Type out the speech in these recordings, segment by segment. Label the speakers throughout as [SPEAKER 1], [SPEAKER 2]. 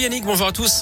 [SPEAKER 1] Yannick, bonjour à tous.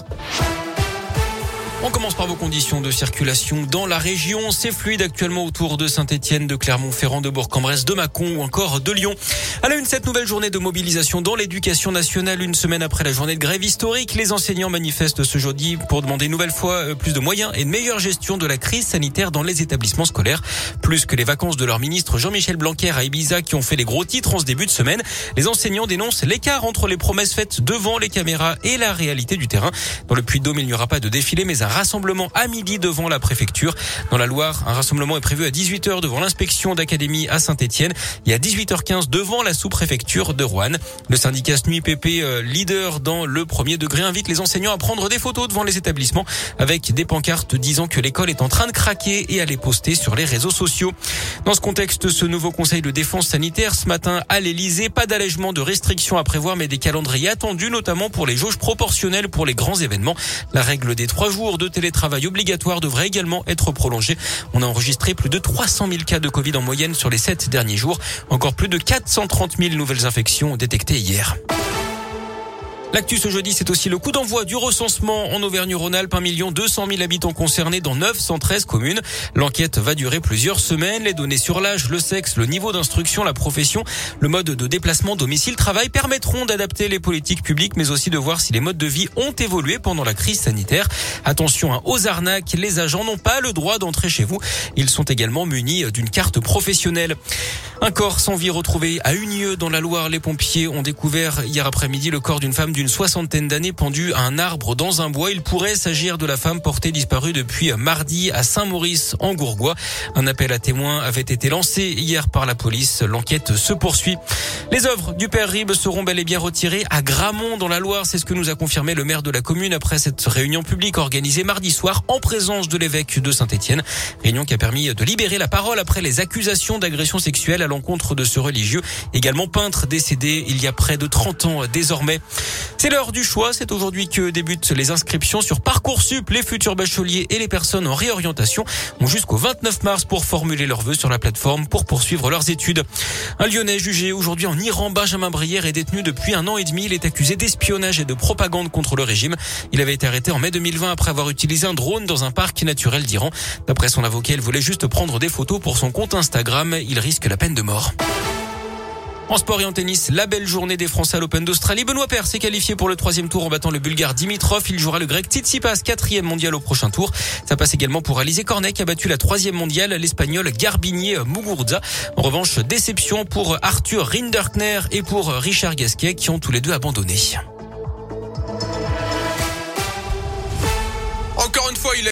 [SPEAKER 1] On commence par vos conditions de circulation dans la région. C'est fluide actuellement autour de Saint-Etienne, de Clermont-Ferrand, de Bourg-en-Bresse, de Mâcon ou encore de Lyon. À la une, cette nouvelle journée de mobilisation dans l'éducation nationale. Une semaine après la journée de grève historique, les enseignants manifestent ce jeudi pour demander une nouvelle fois plus de moyens et une meilleure gestion de la crise sanitaire dans les établissements scolaires. Plus que les vacances de leur ministre Jean-Michel Blanquer à Ibiza qui ont fait les gros titres en ce début de semaine, les enseignants dénoncent l'écart entre les promesses faites devant les caméras et la réalité du terrain. Dans le Puy-de-Dôme, il n'y aura pas de défilé, mais un rassemblement à midi devant la préfecture. Dans la Loire, un rassemblement est prévu à 18h devant l'inspection d'académie à Saint-Etienne et à 18h15 devant la sous-préfecture de Roanne. Le syndicat SNUIPP, leader dans le premier degré, invite les enseignants à prendre des photos devant les établissements avec des pancartes disant que l'école est en train de craquer et à les poster sur les réseaux sociaux. Dans ce contexte, ce nouveau conseil de défense sanitaire ce matin à l'Elysée, pas d'allègement de restrictions à prévoir, mais des calendriers attendus, notamment pour les jauges proportionnelles pour les grands événements. La règle des 3 jours de télétravail obligatoire devrait également être prolongée. On a enregistré plus de 300 000 cas de Covid en moyenne sur les 7 derniers jours. Encore plus de 430 000 nouvelles infections détectées hier. L'actu ce jeudi, c'est aussi le coup d'envoi du recensement en Auvergne-Rhône-Alpes. 1 200 000 habitants concernés dans 913 communes. L'enquête va durer plusieurs semaines. Les données sur l'âge, le sexe, le niveau d'instruction, la profession, le mode de déplacement, domicile, travail permettront d'adapter les politiques publiques, mais aussi de voir si les modes de vie ont évolué pendant la crise sanitaire. Attention aux arnaques, les agents n'ont pas le droit d'entrer chez vous. Ils sont également munis d'une carte professionnelle. Un corps sans vie retrouvé à Unieux dans la Loire. Les pompiers ont découvert hier après-midi le corps d'une femme d'une soixantaine d'années pendue à un arbre dans un bois. Il pourrait s'agir de la femme portée disparue depuis mardi à Saint-Maurice en Gourgois. Un appel à témoins avait été lancé hier par la police. L'enquête se poursuit. Les œuvres du Père Ribes seront bel et bien retirées à Gramont dans la Loire. C'est ce que nous a confirmé le maire de la commune après cette réunion publique organisée mardi soir en présence de l'évêque de Saint-Etienne. Réunion qui a permis de libérer la parole après les accusations d'agression sexuelle à l'encontre de ce religieux, également peintre décédé il y a près de 30 ans désormais. C'est l'heure du choix. C'est aujourd'hui que débutent les inscriptions sur Parcoursup. Les futurs bacheliers et les personnes en réorientation ont jusqu'au 29 mars pour formuler leurs vœux sur la plateforme pour poursuivre leurs études. Un Lyonnais jugé aujourd'hui en Iran, Benjamin Brière, est détenu depuis 1 an et demi. Il est accusé d'espionnage et de propagande contre le régime. Il avait été arrêté en mai 2020 après avoir utilisé un drone dans un parc naturel d'Iran. D'après son avocat, il voulait juste prendre des photos pour son compte Instagram. Il risque la peine de mort. En sport et en tennis, la belle journée des Français à l'Open d'Australie. Benoît Paire s'est qualifié pour le 3e tour en battant le Bulgare Dimitrov. Il jouera le Grec Tsitsipas, 4e mondial au prochain tour. Ça passe également pour Alizé Cornet qui a battu la 3e mondiale, l'Espagnol Garbinier Muguruza. En revanche, déception pour Arthur Rinderkner et pour Richard Gasquet qui ont tous les deux abandonné.
[SPEAKER 2] Encore une fois,